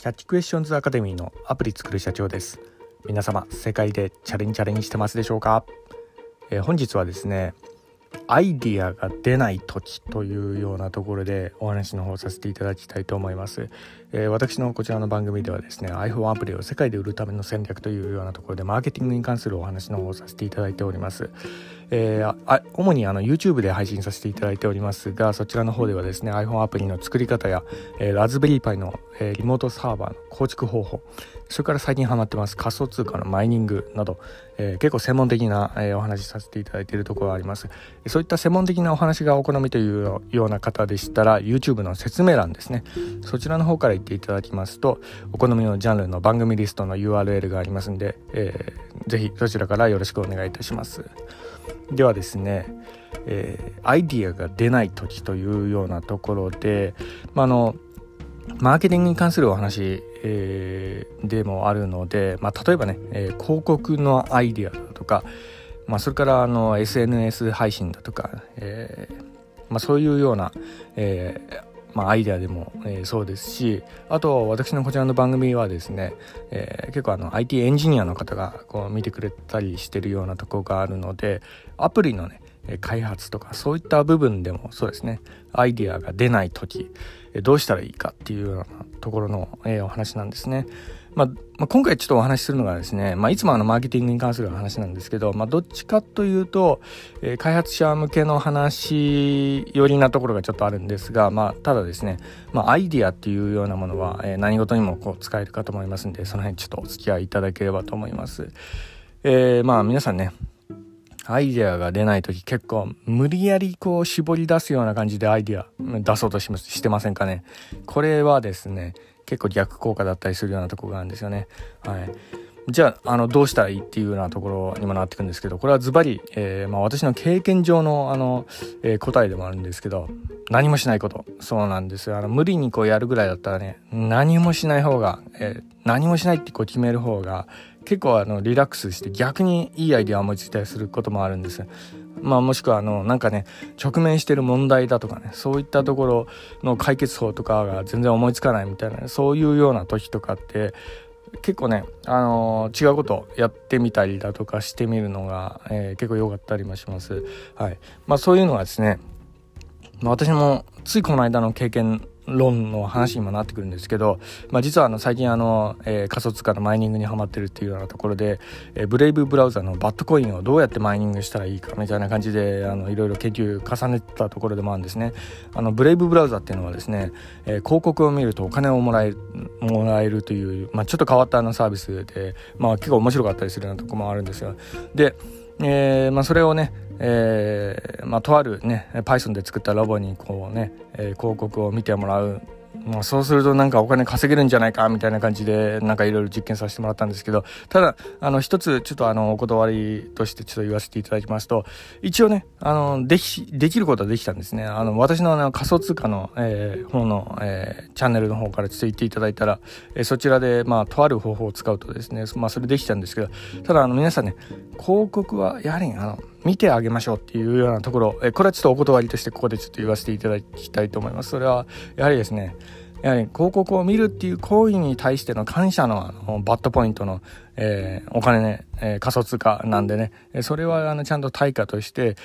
キャッチクエスチョンズアカデミーのアプリ作る社長です。皆様世界でチャレンジしてますでしょうか？本日はですね、アイディアが出ない時というようなところでお話の方させていただきたいと思います。私のこちらの番組ではですね、 iPhone アプリを世界で売るための戦略というようなところでマーケティングに関するお話の方をさせていただいております。主にYouTube で配信させていただいておりますが、そちらの方ではですね iPhone アプリの作り方や、ラズベリーパイの、リモートサーバーの構築方法、それから最近ハマってます仮想通貨のマイニングなど、結構専門的な、お話しさせていただいているところがあります。そういった専門的なお話がお好みというような方でしたら YouTube の説明欄ですね、そちらの方から行っていただきますとお好みのジャンルの番組リストの URL がありますので、ぜひそちらからよろしくお願いいたします。ではですね、アイディアが出ない時というようなところで、マーケティングに関するお話、でもあるので、例えばね、広告のアイディアだとか、それからSNS 配信だとか、そういうような、アイデアでも、そうですし、あと私のこちらの番組はですね、結構IT エンジニアの方がこう見てくれたりしてるようなところがあるので、アプリのね開発とかそういった部分でもそうですね、アイデアが出ないときどうしたらいいかっていうようなところの、お話なんですね。今回ちょっとお話しするのがですね、いつもマーケティングに関する話なんですけど、どっちかというと、開発者向けの話寄りなところがちょっとあるんですが、ただですね、アイディアっていうようなものは、何事にもこう使えるかと思いますので、その辺ちょっとお付き合いいただければと思います。皆さんね、アイデアが出ないとき結構無理やりこう絞り出すような感じでアイデア出そうとしてませんかね。これはですね結構逆効果だったりするようなところがあるんですよね。じゃあ、どうしたらいいっていうようなところにもなってくるんですけど、これはズバリ、私の経験上の答えでもあるんですけど、何もしないこと。そうなんですよ。無理にこうやるぐらいだったらね、何もしない方が、何もしないってこう決める方が結構リラックスして逆にいいアイデアを思いついたりすることもあるんです。もしくは直面している問題だとかね、そういったところの解決法とかが全然思いつかないみたいな、そういうような時とかって結構ね、違うことをやってみたりだとかしてみるのが、結構良かったりもします。そういうのがですね、私もついこの間の経験論の話にもなってくるんですけど、実は最近仮想通貨のマイニングにハマってるっていうようなところで、ブレイブブラウザのバットコインをどうやってマイニングしたらいいかみたいな感じでいろいろ研究重ねたところでもあるんですね。ブレイブブラウザっていうのはですね、広告を見るとお金をもらえるという、ちょっと変わったサービスで、結構面白かったりするようなところもあるんですよ。でそれをね、とあるね Python で作ったラボにこうね、広告を見てもらう、そうするとお金稼げるんじゃないかみたいな感じでいろいろ実験させてもらったんですけど、ただ一つちょっとお断りとしてちょっと言わせていただきますと、一応ねできることはできたんですね。私の仮想通貨の、方の、チャンネルの方からちょっと言っていただいたら、そちらでとある方法を使うとですね、それできたんですけど、ただ皆さんね、広告はやはり見てあげましょうっていうようなところ、これはちょっとお断りとしてここでちょっと言わせていただきたいと思います。それはやはりですね、広告を見るっていう行為に対しての感謝のバッドポイントの、お金ね、仮想通貨なんでね、それはちゃんと対価として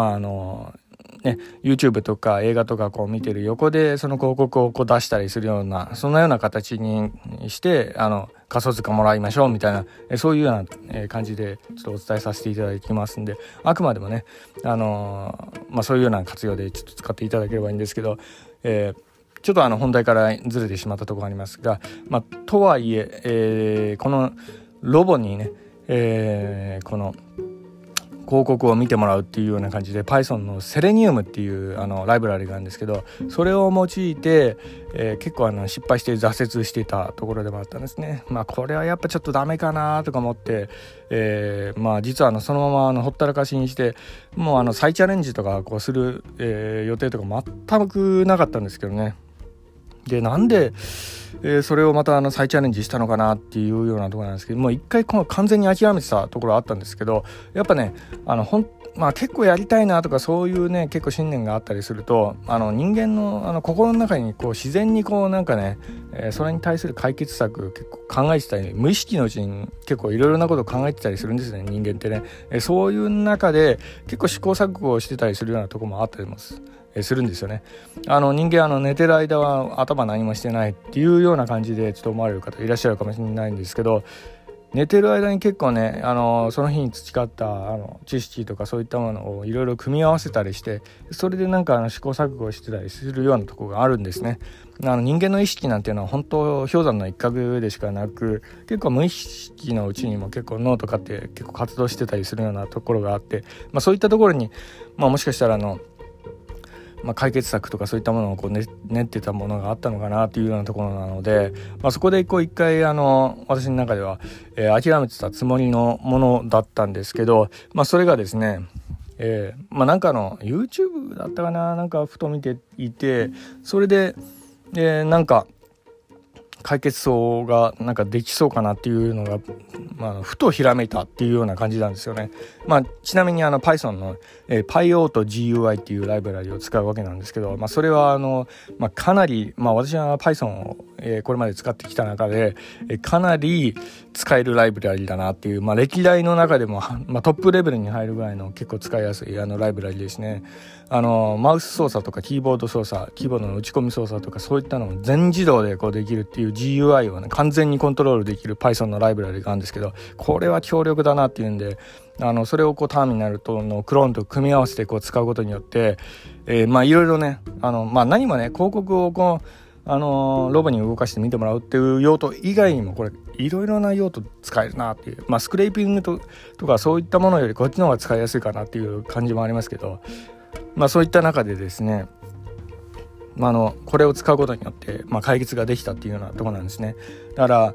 YouTube とか映画とかこう見てる横でその広告をこう出したりするような、そんなような形にして仮想通貨もらいましょうみたいな、そういうような感じでちょっとお伝えさせていただきますんで、あくまでもねそういうような活用でちょっと使っていただければいいんですけど、ちょっと本題からずれてしまったところがありますが、とはいえこのロボにね、この広告を見てもらうっていうような感じで Python のセレニウムっていうライブラリがあるんですけど、それを用いて、結構失敗して挫折していたところでもあったんですね。これはやっぱちょっとダメかなとか思って、実はそのままほったらかしにして、もう再チャレンジとかこうする、予定とか全くなかったんですけどね。でなんで、それをまた再チャレンジしたのかなっていうようなところなんですけど、もう一回完全に諦めてたところあったんですけど、やっぱね結構やりたいなとかそういうね結構信念があったりすると人間の心の中に自然になんかね、それに対する解決策結構考えてたり、無意識のうちに結構いろいろなことを考えてたりするんですね、人間ってね。そういう中で結構試行錯誤をしてたりするようなところもあったりもするんですよね。人間寝てる間は頭何もしてないっていうような感じでちょっと思われる方いらっしゃるかもしれないんですけど、寝てる間に結構ねその日に培った知識とかそういったものをいろいろ組み合わせたりして、それでなんか試行錯誤してたりするようなところがあるんですね。人間の意識なんていうのは本当氷山の一角でしかなく、結構無意識のうちにも結構脳とかって結構活動してたりするようなところがあって、そういったところに、もしかしたら解決策とかそういったものを練ってたものがあったのかなっていうようなところなので、そこで一回私の中では、諦めてたつもりのものだったんですけど、それがですね、なんかYouTube だったかな、なんかふと見ていて、それで、なんか解決層がなんかできそうかなっていうのが、ふとひらめいたっていうような感じなんですよね。ちなみにPython の、PyAutoGUI っていうライブラリを使うわけなんですけど、それはかなり、私は Python を、これまで使ってきた中で、かなり使えるライブラリだなっていう、歴代の中でも、トップレベルに入るぐらいの結構使いやすいライブラリですね。マウス操作とかキーボード操作、キーボードの打ち込み操作とかそういったのを全自動でできるっていう GUI をね完全にコントロールできる Python のライブラリがあるんですけど、これは強力だなっていうんで、それをターミナルとのクローンと組み合わせて使うことによって、いろいろね何もね広告をロボに動かして見てもらうっていう用途以外にもこれいろいろな用途使えるなっていう、スクレーピングとかそういったものよりこっちの方が使いやすいかなっていう感じもありますけど、そういった中でですね、これを使うことによって、解決ができたっていうようなところなんですね。だから、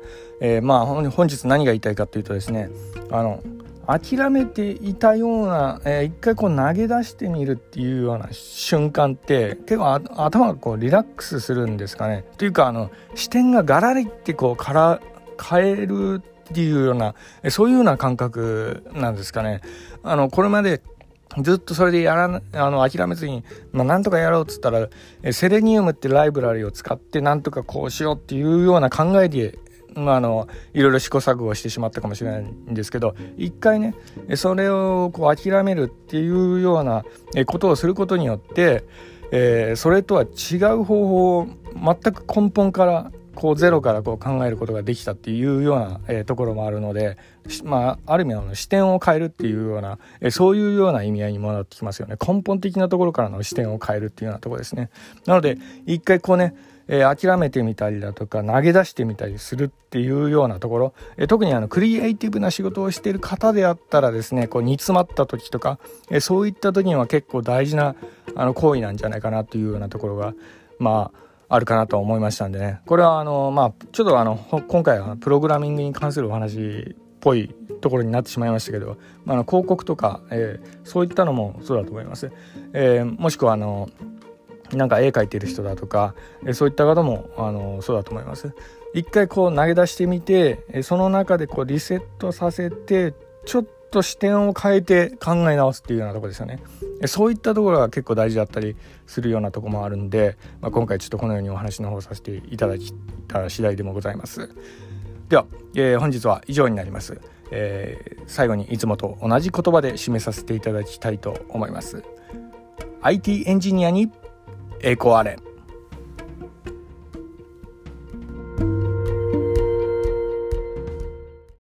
本日何が言いたいかというとですね、諦めていたような、一回投げ出してみるっていうような瞬間って結構頭がリラックスするんですかね。というか視点がガラリって変えるっていうようなそういうような感覚なんですかね。これまでずっとそれで諦めずに、なんとかやろうっつったらセレニウムってライブラリを使ってなんとかこうしようっていうような考えでいろいろ試行錯誤してしまったかもしれないんですけど、一回ねそれを諦めるっていうようなことをすることによって、それとは違う方法を全く根本からゼロから考えることができたっていうような、ところもあるので、ある意味視点を変えるっていうような、そういうような意味合いにもなってきますよね。根本的なところからの視点を変えるっていうようなところですね。なので一回諦めてみたりだとか投げ出してみたりするっていうようなところ、特にクリエイティブな仕事をしている方であったらですね、煮詰まった時とか、そういった時には結構大事な行為なんじゃないかなというようなところがあるかなと思いましたんでね、これはちょっと今回はプログラミングに関するお話っぽいところになってしまいましたけど、広告とか、そういったのもそうだと思います。もしくはなんか絵描いてる人だとか、そういった方もそうだと思います。一回投げ出してみて、その中でリセットさせてちょっと視点を変えて考え直すっていうようなところですよね。そういったところが結構大事だったりするようなところもあるんで、今回ちょっとこのようにお話の方させていただきた次第でもございます。では、本日は以上になります。最後にいつもと同じ言葉で締めさせていただきたいと思います。IT エンジニアに栄光あれ。